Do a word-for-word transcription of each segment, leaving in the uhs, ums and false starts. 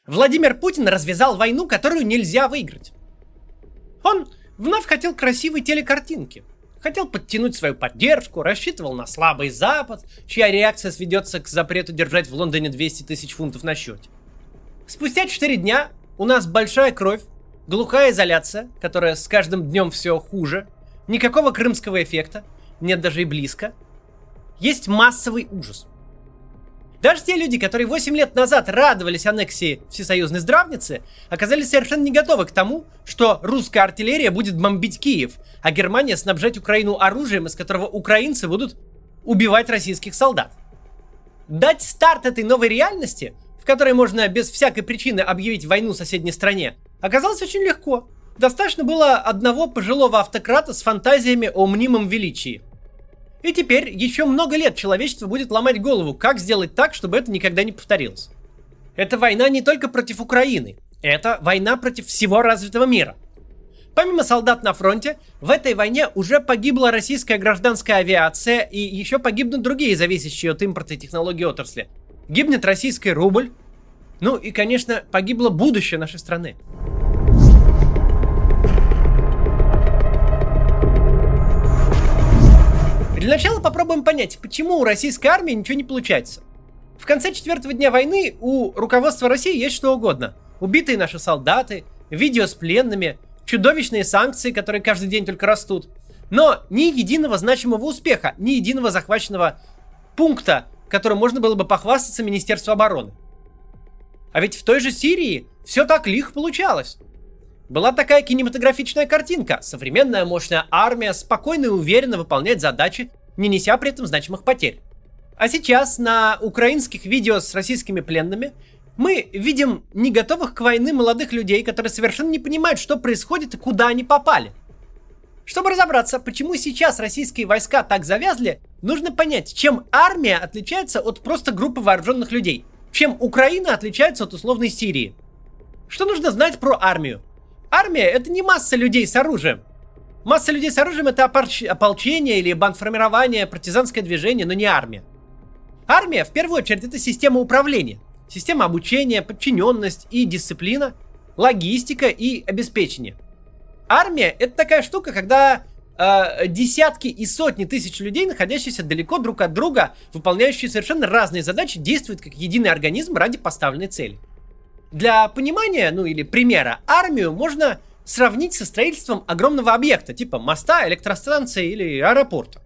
Владимир Путин развязал войну, которую нельзя выиграть. Он вновь хотел красивой телекартинки. Хотел подтянуть свою поддержку, рассчитывал на слабый Запад, чья реакция сведется к запрету держать в Лондоне двести тысяч фунтов на счете. Спустя четыре дня у нас большая кровь, глухая изоляция, которая с каждым днем все хуже, никакого крымского эффекта, нет даже и близко. Есть массовый ужас. Даже те люди, которые восемь лет назад радовались аннексии всесоюзной здравницы, оказались совершенно не готовы к тому, что русская артиллерия будет бомбить Киев, а Германия снабжать Украину оружием, из которого украинцы будут убивать российских солдат. Дать старт этой новой реальности, в которой можно без всякой причины объявить войну соседней стране, оказалось очень легко. Достаточно было одного пожилого автократа с фантазиями о мнимом величии. И теперь еще много лет человечество будет ломать голову, как сделать так, чтобы это никогда не повторилось. Это война не только против Украины, это война против всего развитого мира. Помимо солдат на фронте, в этой войне уже погибла российская гражданская авиация и еще погибнут другие зависящие от импорта и технологий отрасли. Гибнет российский рубль, ну и, конечно, погибло будущее нашей страны. Для начала попробуем понять, почему у российской армии ничего не получается. В конце четвертого дня войны у руководства России есть что угодно. Убитые наши солдаты, видео с пленными, чудовищные санкции, которые каждый день только растут. Но ни единого значимого успеха, ни единого захваченного пункта, которым можно было бы похвастаться Министерству обороны. А ведь в той же Сирии все так лихо получалось. Была такая кинематографичная картинка. Современная мощная армия спокойно и уверенно выполняет задачи, не неся при этом значимых потерь. А сейчас на украинских видео с российскими пленными мы видим не готовых к войне молодых людей, которые совершенно не понимают, что происходит и куда они попали. Чтобы разобраться, почему сейчас российские войска так завязли, нужно понять, чем армия отличается от просто группы вооруженных людей, чем Украина отличается от условной Сирии. Что нужно знать про армию? Армия — это не масса людей с оружием. Масса людей с оружием — это ополчение или бандформирование, партизанское движение, но не армия. Армия, в первую очередь, это система управления, система обучения, подчиненность и дисциплина, логистика и обеспечение. Армия — это такая штука, когда э, десятки и сотни тысяч людей, находящиеся далеко друг от друга, выполняющие совершенно разные задачи, действуют как единый организм ради поставленной цели. Для понимания, ну или примера, армию можно сравнить со строительством огромного объекта, типа моста, электростанции или аэропорта.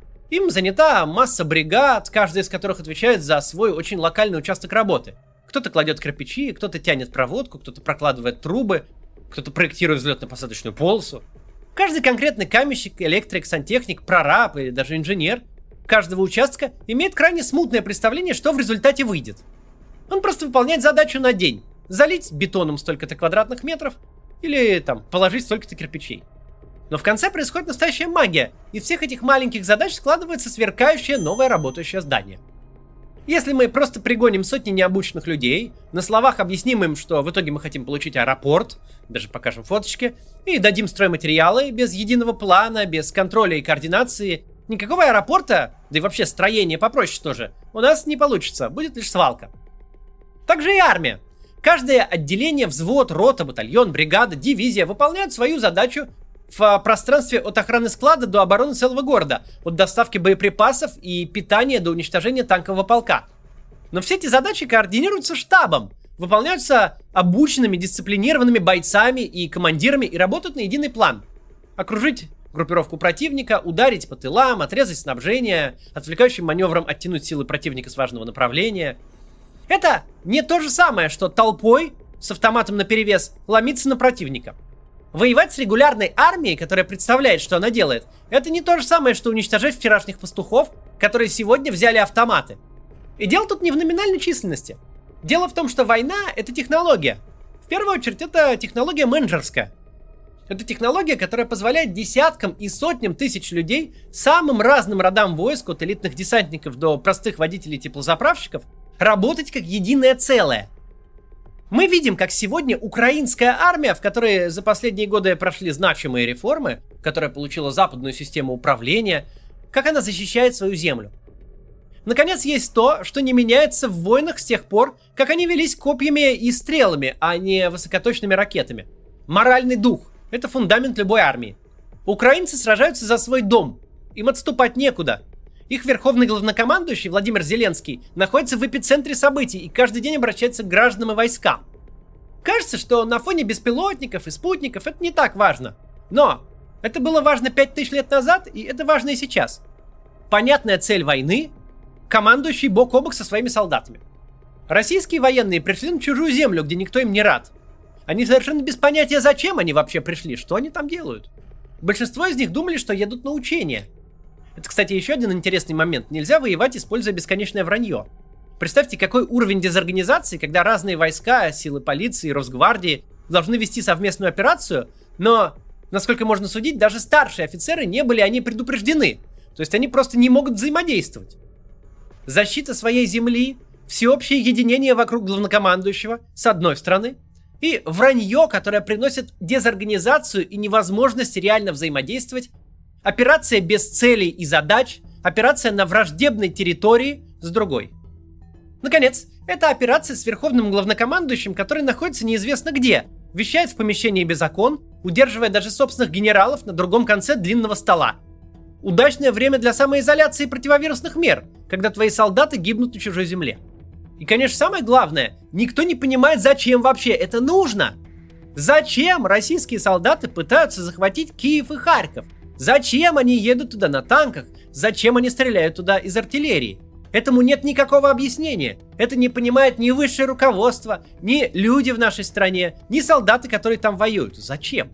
Им занята масса бригад, каждая из которых отвечает за свой очень локальный участок работы. Кто-то кладет кирпичи, кто-то тянет проводку, кто-то прокладывает трубы, кто-то проектирует взлетно-посадочную полосу. Каждый конкретный каменщик, электрик, сантехник, прораб или даже инженер каждого участка имеет крайне смутное представление, что в результате выйдет. Он просто выполняет задачу на день. Залить бетоном столько-то квадратных метров или там положить столько-то кирпичей. Но в конце происходит настоящая магия. Из всех этих маленьких задач складывается сверкающее новое работающее здание. Если мы просто пригоним сотни необученных людей, на словах объясним им, что в итоге мы хотим получить аэропорт, даже покажем фоточки, и дадим стройматериалы без единого плана, без контроля и координации, никакого аэропорта, да и вообще строения попроще тоже, у нас не получится, будет лишь свалка. Также и армия. Каждое отделение, взвод, рота, батальон, бригада, дивизия выполняют свою задачу в пространстве от охраны склада до обороны целого города, от доставки боеприпасов и питания до уничтожения танкового полка. Но все эти задачи координируются штабом, выполняются обученными, дисциплинированными бойцами и командирами и работают на единый план. Окружить группировку противника, ударить по тылам, отрезать снабжение, отвлекающим маневром оттянуть силы противника с важного направления. Это не то же самое, что толпой с автоматом наперевес ломиться на противника. Воевать с регулярной армией, которая представляет, что она делает, это не то же самое, что уничтожать вчерашних пастухов, которые сегодня взяли автоматы. И дело тут не в номинальной численности. Дело в том, что война — это технология. В первую очередь, это технология менеджерская. Это технология, которая позволяет десяткам и сотням тысяч людей, самым разным родам войск, от элитных десантников до простых водителей теплозаправщиков, работать как единое целое. Мы видим, как сегодня украинская армия, в которой за последние годы прошли значимые реформы, которая получила западную систему управления, как она защищает свою землю. Наконец, есть то, что не меняется в войнах с тех пор, как они велись копьями и стрелами, а не высокоточными ракетами. Моральный дух – это фундамент любой армии. Украинцы сражаются за свой дом. Им отступать некуда. Их верховный главнокомандующий Владимир Зеленский находится в эпицентре событий и каждый день обращается к гражданам и войскам. Кажется, что на фоне беспилотников и спутников это не так важно. Но это было важно пять тысяч лет назад, и это важно и сейчас. Понятная цель войны – командующий бок о бок со своими солдатами. Российские военные пришли на чужую землю, где никто им не рад. Они совершенно без понятия, зачем они вообще пришли, что они там делают. Большинство из них думали, что едут на учения. Это, кстати, еще один интересный момент. Нельзя воевать, используя бесконечное вранье. Представьте, какой уровень дезорганизации, когда разные войска, силы полиции, Росгвардии должны вести совместную операцию, но, насколько можно судить, даже старшие офицеры не были о ней предупреждены. То есть они просто не могут взаимодействовать. Защита своей земли, всеобщее единение вокруг главнокомандующего, с одной стороны, и вранье, которое приносит дезорганизацию и невозможность реально взаимодействовать, операция без целей и задач, операция на враждебной территории с другой. Наконец, это операция с верховным главнокомандующим, который находится неизвестно где, вещает в помещении без окон, удерживая даже собственных генералов на другом конце длинного стола. Удачное время для самоизоляции и противовирусных мер, когда твои солдаты гибнут на чужой земле. И, конечно, самое главное, никто не понимает, зачем вообще это нужно. Зачем российские солдаты пытаются захватить Киев и Харьков? Зачем они едут туда на танках? Зачем они стреляют туда из артиллерии? Этому нет никакого объяснения. Это не понимает ни высшее руководство, ни люди в нашей стране, ни солдаты, которые там воюют. Зачем?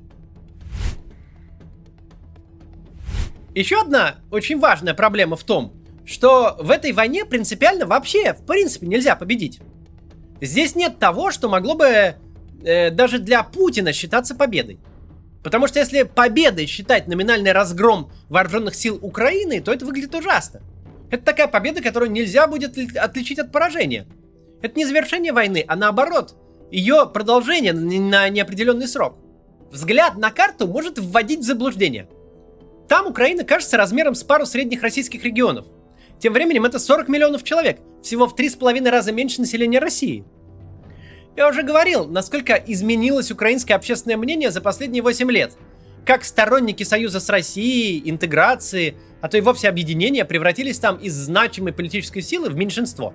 Еще одна очень важная проблема в том, что в этой войне принципиально вообще, в принципе, нельзя победить. Здесь нет того, что могло бы э, даже для Путина считаться победой. Потому что если победой считать номинальный разгром вооруженных сил Украины, то это выглядит ужасно. Это такая победа, которую нельзя будет отличить от поражения. Это не завершение войны, а наоборот, ее продолжение на неопределенный срок. Взгляд на карту может вводить в заблуждение. Там Украина кажется размером с пару средних российских регионов. Тем временем это сорок миллионов человек, всего в три с половиной раза меньше населения России. Я уже говорил, насколько изменилось украинское общественное мнение за последние восемь лет. Как сторонники союза с Россией, интеграции, а то и вовсе объединения превратились там из значимой политической силы в меньшинство.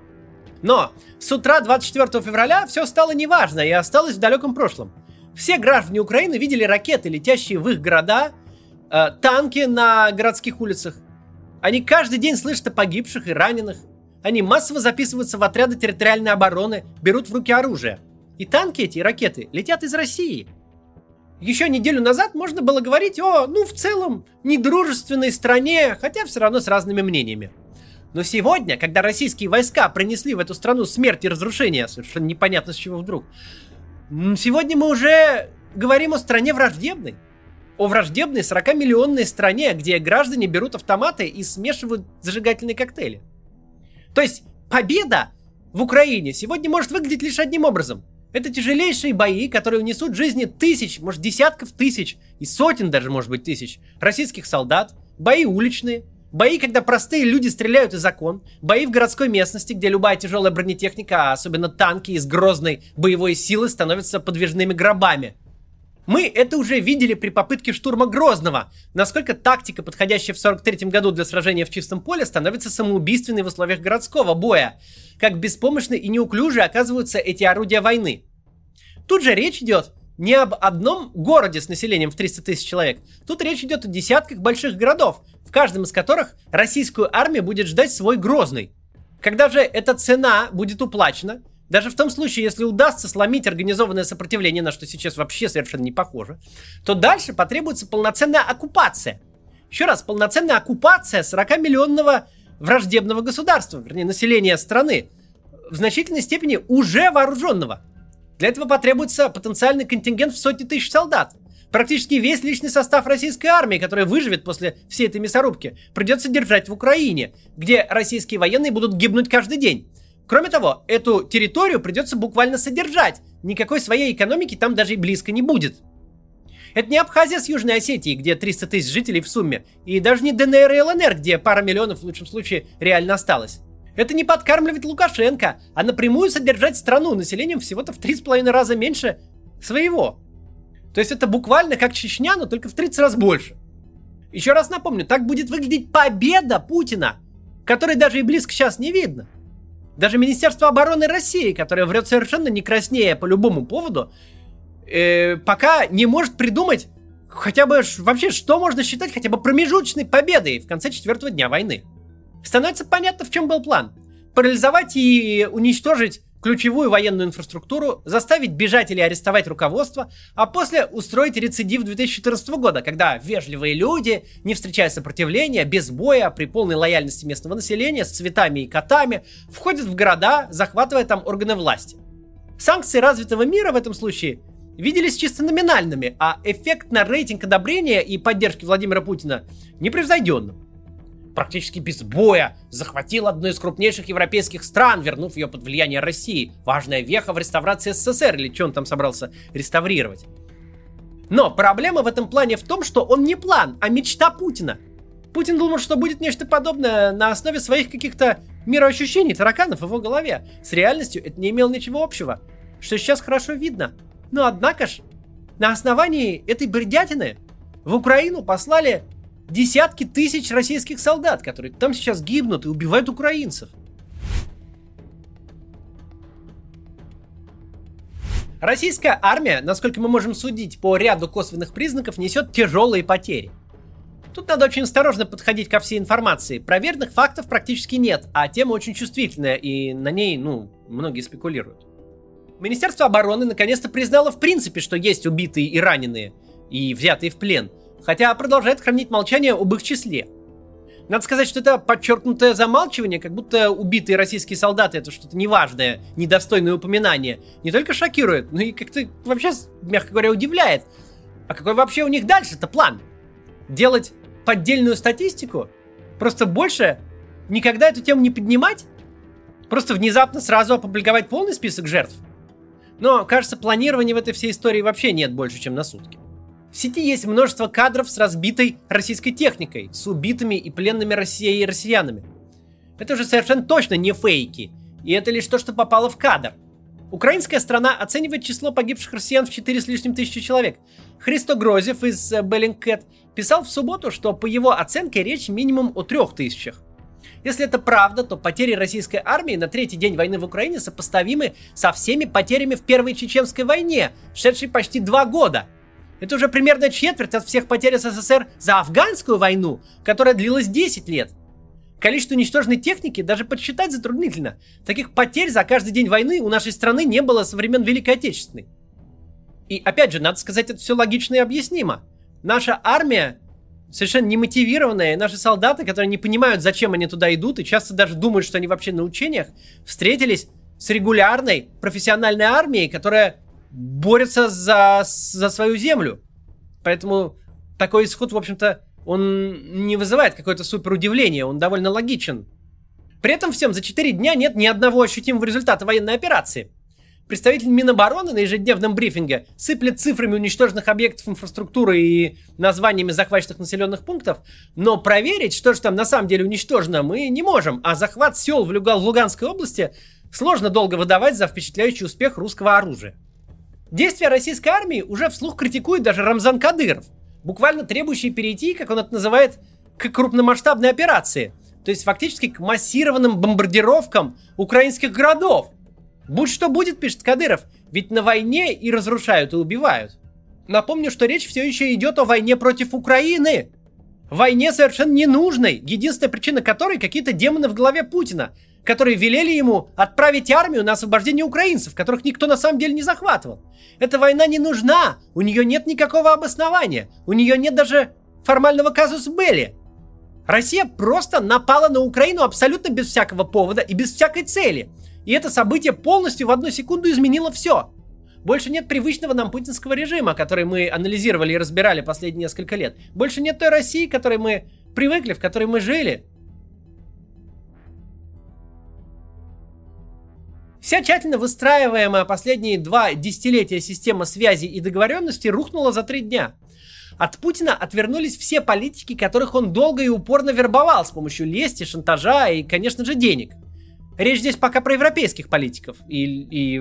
Но с утра двадцать четвёртого февраля все стало неважно и осталось в далеком прошлом. Все граждане Украины видели ракеты, летящие в их города, э, танки на городских улицах. Они каждый день слышат о погибших и раненых. Они массово записываются в отряды территориальной обороны, берут в руки оружие. И танки эти, и ракеты летят из России. Еще неделю назад можно было говорить о, ну, в целом, недружественной стране, хотя все равно с разными мнениями. Но сегодня, когда российские войска принесли в эту страну смерть и разрушение, совершенно непонятно с чего вдруг, сегодня мы уже говорим о стране враждебной. О враждебной сорокамиллионной стране, где граждане берут автоматы и смешивают зажигательные коктейли. То есть победа в Украине сегодня может выглядеть лишь одним образом. Это тяжелейшие бои, которые унесут жизни тысяч, может десятков тысяч и сотен даже, может быть, тысяч российских солдат. Бои уличные, бои, когда простые люди стреляют из окон, бои в городской местности, где любая тяжелая бронетехника, а особенно танки из грозной боевой силы, становятся подвижными гробами. Мы это уже видели при попытке штурма Грозного. Насколько тактика, подходящая в сорок третьем году для сражения в чистом поле, становится самоубийственной в условиях городского боя. Как беспомощны и неуклюжи оказываются эти орудия войны. Тут же речь идет не об одном городе с населением в триста тысяч человек. Тут речь идет о десятках больших городов, в каждом из которых российскую армию будет ждать свой Грозный. Когда же эта цена будет уплачена, даже в том случае, если удастся сломить организованное сопротивление, на что сейчас вообще совершенно не похоже, то дальше потребуется полноценная оккупация. Еще раз, полноценная оккупация сорокамиллионного враждебного государства, вернее, населения страны, в значительной степени уже вооруженного. Для этого потребуется потенциальный контингент в сотни тысяч солдат. Практически весь личный состав российской армии, который выживет после всей этой мясорубки, придется держать в Украине, где российские военные будут гибнуть каждый день. Кроме того, эту территорию придется буквально содержать. Никакой своей экономики там даже и близко не будет. Это не Абхазия с Южной Осетией, где триста тысяч жителей в сумме, и даже не ДНР и ЛНР, где пара миллионов в лучшем случае реально осталось. Это не подкармливать Лукашенко, а напрямую содержать страну населением всего-то в три с половиной раза меньше своего. То есть это буквально как Чечня, но только в тридцать раз больше. Еще раз напомню, так будет выглядеть победа Путина, которой даже и близко сейчас не видно. Даже Министерство обороны России, которое врет совершенно не краснее по любому поводу, э, пока не может придумать хотя бы вообще, что можно считать хотя бы промежуточной победой в конце четвертого дня войны. Становится понятно, в чем был план. Парализовать и уничтожить ключевую военную инфраструктуру, заставить бежать или арестовать руководство, а после устроить рецидив две тысячи четырнадцатого года, когда вежливые люди, не встречая сопротивления, без боя, при полной лояльности местного населения, с цветами и котами, входят в города, захватывая там органы власти. Санкции развитого мира в этом случае виделись чисто номинальными, а эффект на рейтинг одобрения и поддержки Владимира Путина непревзойденным. Практически без боя захватил одну из крупнейших европейских стран, вернув ее под влияние России. Важная веха в реставрации СССР, или что он там собрался реставрировать. Но проблема в этом плане в том, что он не план, а мечта Путина. Путин думал, что будет нечто подобное на основе своих каких-то мироощущений, тараканов в его голове. С реальностью это не имело ничего общего, что сейчас хорошо видно. Но однако ж, на основании этой бредятины в Украину послали десятки тысяч российских солдат, которые там сейчас гибнут и убивают украинцев. Российская армия, насколько мы можем судить по ряду косвенных признаков, несет тяжелые потери. Тут надо очень осторожно подходить ко всей информации. Проверенных фактов практически нет, а тема очень чувствительная, и на ней, ну, многие спекулируют. Министерство обороны наконец-то признало в принципе, что есть убитые и раненые, и взятые в плен, хотя продолжает хранить молчание об их числе. Надо сказать, что это подчеркнутое замалчивание, как будто убитые российские солдаты — это что-то неважное, недостойное упоминание, не только шокирует, но и как-то вообще, мягко говоря, удивляет. А какой вообще у них дальше-то план? Делать поддельную статистику? Просто больше никогда эту тему не поднимать? Просто внезапно сразу опубликовать полный список жертв? Но, кажется, планирования в этой всей истории вообще нет больше, чем на сутки. В сети есть множество кадров с разбитой российской техникой, с убитыми и пленными Россией и россиянами. Это уже совершенно точно не фейки, и это лишь то, что попало в кадр. Украинская страна оценивает число погибших россиян в четыре с лишним тысячи человек. Христо Грозев из Bellingcat писал в субботу, что по его оценке речь минимум о трех тысячах. Если это правда, то потери российской армии на третий день войны в Украине сопоставимы со всеми потерями в Первой Чеченской войне, шедшей почти два года. Это уже примерно четверть от всех потерь СССР за афганскую войну, которая длилась десять лет. Количество уничтоженной техники даже подсчитать затруднительно. Таких потерь за каждый день войны у нашей страны не было со времен Великой Отечественной. И опять же, надо сказать, это все логично и объяснимо. Наша армия совершенно немотивированная, и наши солдаты, которые не понимают, зачем они туда идут, и часто даже думают, что они вообще на учениях, встретились с регулярной профессиональной армией, которая борется за, за свою землю. Поэтому такой исход, в общем-то, он не вызывает какое-то супер удивление, он довольно логичен. При этом всем за четыре дня нет ни одного ощутимого результата военной операции. Представитель Минобороны на ежедневном брифинге сыплет цифрами уничтоженных объектов инфраструктуры и названиями захваченных населенных пунктов, но проверить, что же там на самом деле уничтожено, мы не можем, а захват сел в Луганской области сложно долго выдавать за впечатляющий успех русского оружия. Действия российской армии уже вслух критикует даже Рамзан Кадыров, буквально требующий перейти, как он это называет, к крупномасштабной операции, то есть фактически к массированным бомбардировкам украинских городов. Будь что будет, пишет Кадыров, ведь на войне и разрушают, и убивают. Напомню, что речь все еще идет о войне против Украины. Войне совершенно ненужной, единственная причина которой какие-то демоны в голове Путина, которые велели ему отправить армию на освобождение украинцев, которых никто на самом деле не захватывал. Эта война не нужна, у нее нет никакого обоснования, у нее нет даже формального казус белли. Россия просто напала на Украину абсолютно без всякого повода и без всякой цели. И это событие полностью в одну секунду изменило все. Больше нет привычного нам путинского режима, который мы анализировали и разбирали последние несколько лет. Больше нет той России, к которой мы привыкли, в которой мы жили. Вся тщательно выстраиваемая последние два десятилетия система связи и договоренности рухнула за три дня. От Путина отвернулись все политики, которых он долго и упорно вербовал с помощью лести, шантажа и, конечно же, денег. Речь здесь пока про европейских политиков и, и,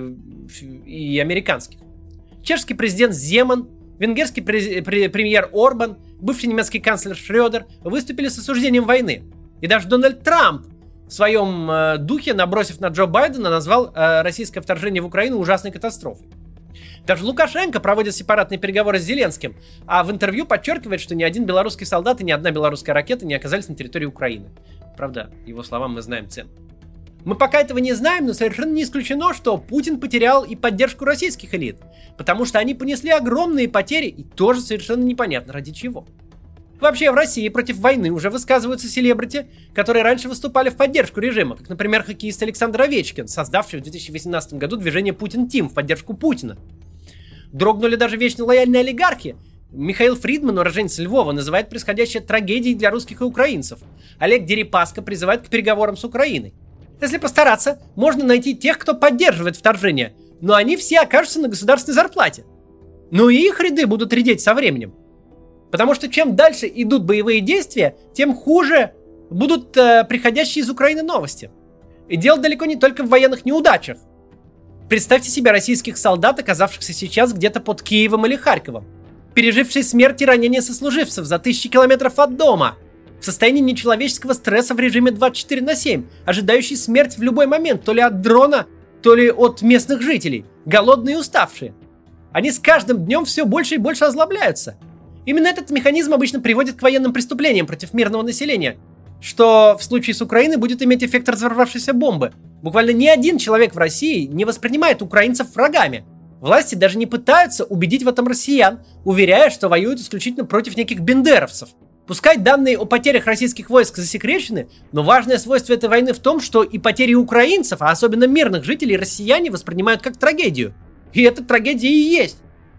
и американских. Чешский президент Земан, венгерский през, пре, премьер Орбан, бывший немецкий канцлер Шрёдер выступили с осуждением войны. И даже Дональд Трамп в своем э, духе, набросив на Джо Байдена, назвал э, российское вторжение в Украину ужасной катастрофой. Даже Лукашенко проводит сепаратные переговоры с Зеленским, а в интервью подчеркивает, что ни один белорусский солдат и ни одна белорусская ракета не оказались на территории Украины. Правда, его словам мы знаем цену. Мы пока этого не знаем, но совершенно не исключено, что Путин потерял и поддержку российских элит, потому что они понесли огромные потери и тоже совершенно непонятно ради чего. Вообще в России против войны уже высказываются селебрити, которые раньше выступали в поддержку режима, как, например, хоккеист Александр Овечкин, создавший в две тысячи восемнадцатом году движение Путин Тим в поддержку Путина. Дрогнули даже вечно лояльные олигархи. Михаил Фридман, уроженец Львова, называет происходящее трагедией для русских и украинцев. Олег Дерипаска призывает к переговорам с Украиной. Если постараться, можно найти тех, кто поддерживает вторжение, но они все окажутся на государственной зарплате. Ну и их ряды будут редеть со временем. Потому что чем дальше идут боевые действия, тем хуже будут э, приходящие из Украины новости. И дело далеко не только в военных неудачах. Представьте себе российских солдат, оказавшихся сейчас где-то под Киевом или Харьковом, пережившие смерть и ранения сослуживцев за тысячи километров от дома, в состоянии нечеловеческого стресса в режиме двадцать четыре на семь, ожидающий смерть в любой момент, то ли от дрона, то ли от местных жителей, голодные и уставшие. Они с каждым днем все больше и больше озлобляются. Именно этот механизм обычно приводит к военным преступлениям против мирного населения, что в случае с Украиной будет иметь эффект разорвавшейся бомбы. Буквально ни один человек в России не воспринимает украинцев врагами. Власти даже не пытаются убедить в этом россиян, уверяя, что воюют исключительно против неких бендеровцев. Пускай данные о потерях российских войск засекречены, но важное свойство этой войны в том, что и потери украинцев, а особенно мирных жителей, россияне воспринимают как трагедию. И эта трагедия и есть.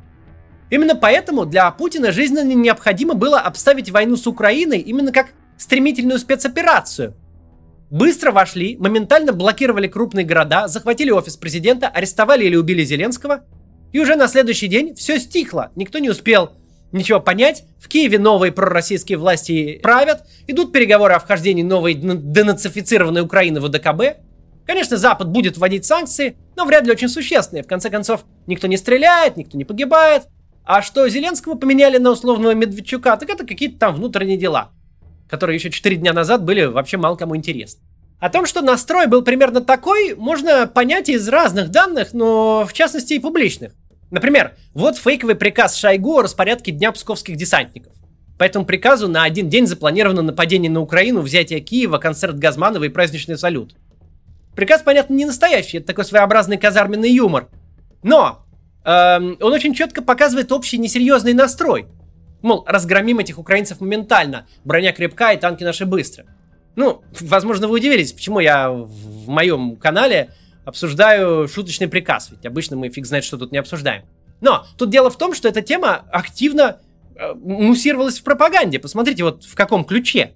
Именно поэтому для Путина жизненно необходимо было обставить войну с Украиной именно как стремительную спецоперацию. Быстро вошли, моментально блокировали крупные города, захватили офис президента, арестовали или убили Зеленского, и уже на следующий день все стихло, никто не успел ничего понять. В Киеве новые пророссийские власти правят, идут переговоры о вхождении новой денацифицированной Украины в ОДКБ. Конечно, Запад будет вводить санкции, но вряд ли очень существенные. В конце концов, никто не стреляет, никто не погибает. А что Зеленского поменяли на условного Медведчука, так это какие-то там внутренние дела, которые еще четыре дня назад были вообще мало кому интересны. О том, что настрой был примерно такой, можно понять из разных данных, но в частности и публичных. Например, вот фейковый приказ Шойгу о распорядке Дня псковских десантников. По этому приказу на один день запланировано нападение на Украину, взятие Киева, концерт Газманова и праздничный салют. Приказ, понятно, не настоящий, это такой своеобразный казарменный юмор. Но эм, он очень четко показывает общий несерьезный настрой. Мол, разгромим этих украинцев моментально, броня крепка и танки наши быстро. Ну, возможно, вы удивились, почему я в моем канале обсуждаю шуточный приказ, ведь обычно мы фиг знает, что тут не обсуждаем. Но тут дело в том, что эта тема активно э, муссировалась в пропаганде. Посмотрите, вот в каком ключе.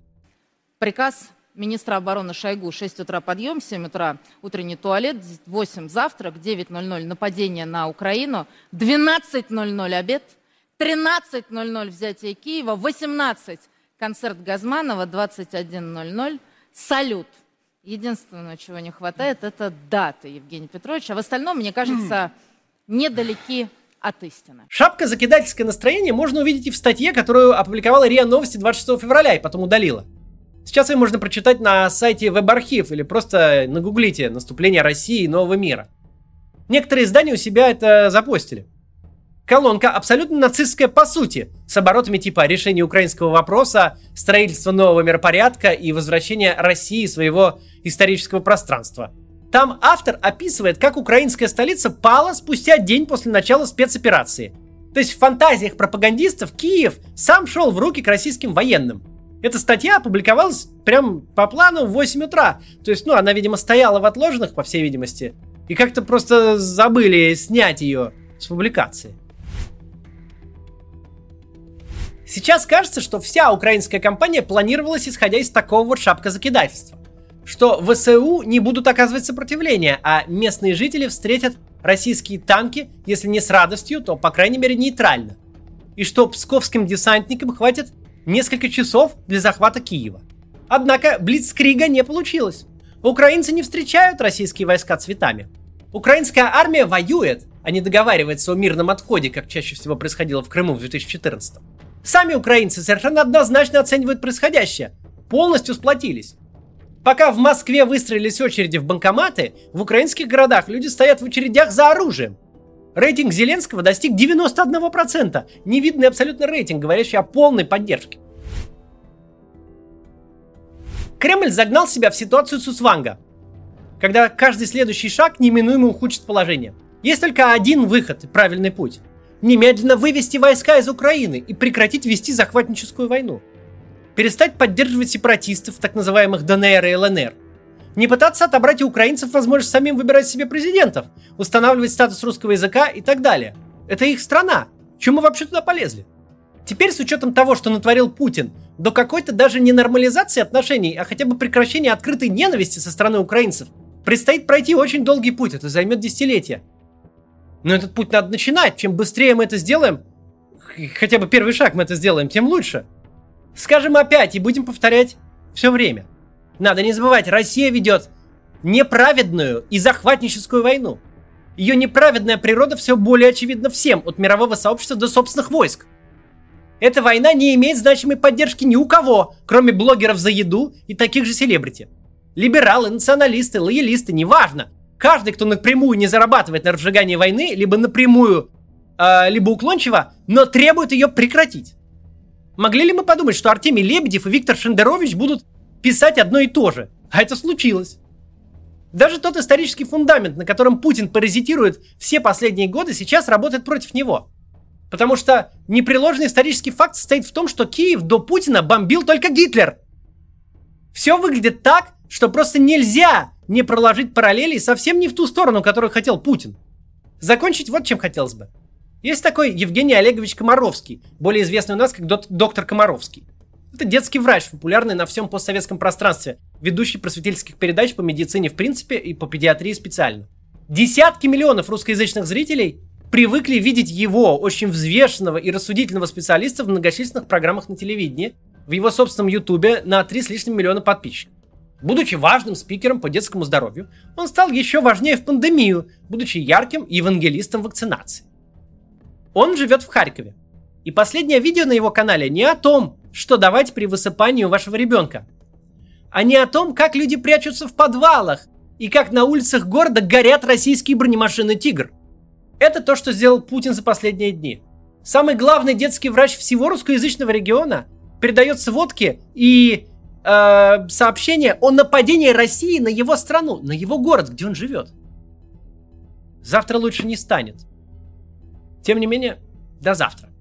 Приказ министра обороны Шойгу: шесть утра подъем, семь утра утренний туалет, восемь завтрак, девять ноль ноль нападение на Украину, двенадцать ноль ноль обед, тринадцать ноль ноль взятие Киева, восемнадцать концерт Газманова, двадцать один ноль ноль салют. Единственное, чего не хватает, это даты, Евгений Петрович. А в остальном, мне кажется, недалеки от истины. Шапка-закидательское настроение можно увидеть и в статье, которую опубликовала РИА Новости двадцать шестого февраля и потом удалила. Сейчас ее можно прочитать на сайте Веб-архив или просто нагуглите «Наступление России и нового мира». Некоторые издания у себя это запостили. Колонка абсолютно нацистская по сути, с оборотами типа решение украинского вопроса, строительство нового миропорядка и возвращение России своего исторического пространства. Там автор описывает, как украинская столица пала спустя день после начала спецоперации. То есть в фантазиях пропагандистов Киев сам шел в руки к российским военным. Эта статья опубликовалась прям по плану в восемь утра. То есть, ну, она, видимо, стояла в отложенных, по всей видимости. И как-то просто забыли снять ее с публикации. Сейчас кажется, что вся украинская кампания планировалась исходя из такого вот шапкозакидательства. Что ВСУ не будут оказывать сопротивление, а местные жители встретят российские танки, если не с радостью, то, по крайней мере, нейтрально. И что псковским десантникам хватит несколько часов для захвата Киева. Однако блицкрига не получилось. Украинцы не встречают российские войска цветами. Украинская армия воюет, а не договаривается о мирном отходе, как чаще всего происходило в Крыму в две тысячи четырнадцатом. Сами украинцы совершенно однозначно оценивают происходящее, полностью сплотились. Пока в Москве выстроились очереди в банкоматы, в украинских городах люди стоят в очередях за оружием. Рейтинг Зеленского достиг девяносто один процент, невидный абсолютно рейтинг, говорящий о полной поддержке. Кремль загнал себя в ситуацию Цусванга, когда каждый следующий шаг неминуемо ухудшит положение. Есть только один выход и правильный путь. Немедленно вывести войска из Украины и прекратить вести захватническую войну. Перестать поддерживать сепаратистов, так называемых ДНР и ЛНР. Не пытаться отобрать у украинцев возможность самим выбирать себе президентов, устанавливать статус русского языка и так далее. Это их страна. Чему мы вообще туда полезли? Теперь, с учетом того, что натворил Путин, до какой-то даже не нормализации отношений, а хотя бы прекращения открытой ненависти со стороны украинцев, предстоит пройти очень долгий путь. Это займет десятилетия. Но этот путь надо начинать. Чем быстрее мы это сделаем, хотя бы первый шаг мы это сделаем, тем лучше. Скажем опять и будем повторять все время. Надо не забывать, Россия ведет неправедную и захватническую войну. Ее неправедная природа все более очевидна всем, от мирового сообщества до собственных войск. Эта война не имеет значимой поддержки ни у кого, кроме блогеров за еду и таких же селебрити. Либералы, националисты, лоялисты, неважно. Каждый, кто напрямую не зарабатывает на разжигании войны, либо напрямую, э, либо уклончиво, но требует ее прекратить. Могли ли мы подумать, что Артемий Лебедев и Виктор Шендерович будут писать одно и то же? А это случилось. Даже тот исторический фундамент, на котором Путин паразитирует все последние годы, сейчас работает против него. Потому что непреложный исторический факт состоит в том, что Киев до Путина бомбил только Гитлер. Все выглядит так, что просто нельзя не проложить параллели совсем не в ту сторону, которую хотел Путин. Закончить вот чем хотелось бы. Есть такой Евгений Олегович Комаровский, более известный у нас как доктор Комаровский. Это детский врач, популярный на всем постсоветском пространстве, ведущий просветительских передач по медицине в принципе и по педиатрии специально. Десятки миллионов русскоязычных зрителей привыкли видеть его, очень взвешенного и рассудительного специалиста, в многочисленных программах на телевидении, в его собственном ютубе на три с лишним миллиона подписчиков. Будучи важным спикером по детскому здоровью, он стал еще важнее в пандемию, будучи ярким евангелистом вакцинации. Он живет в Харькове. И последнее видео на его канале не о том, что давать при высыпании у вашего ребенка, а не о том, как люди прячутся в подвалах и как на улицах города горят российские бронемашины «Тигр». Это то, что сделал Путин за последние дни. Самый главный детский врач всего русскоязычного региона передает сводки и э, сообщения о нападении России на его страну, на его город, где он живет. Завтра лучше не станет. Тем не менее, до завтра.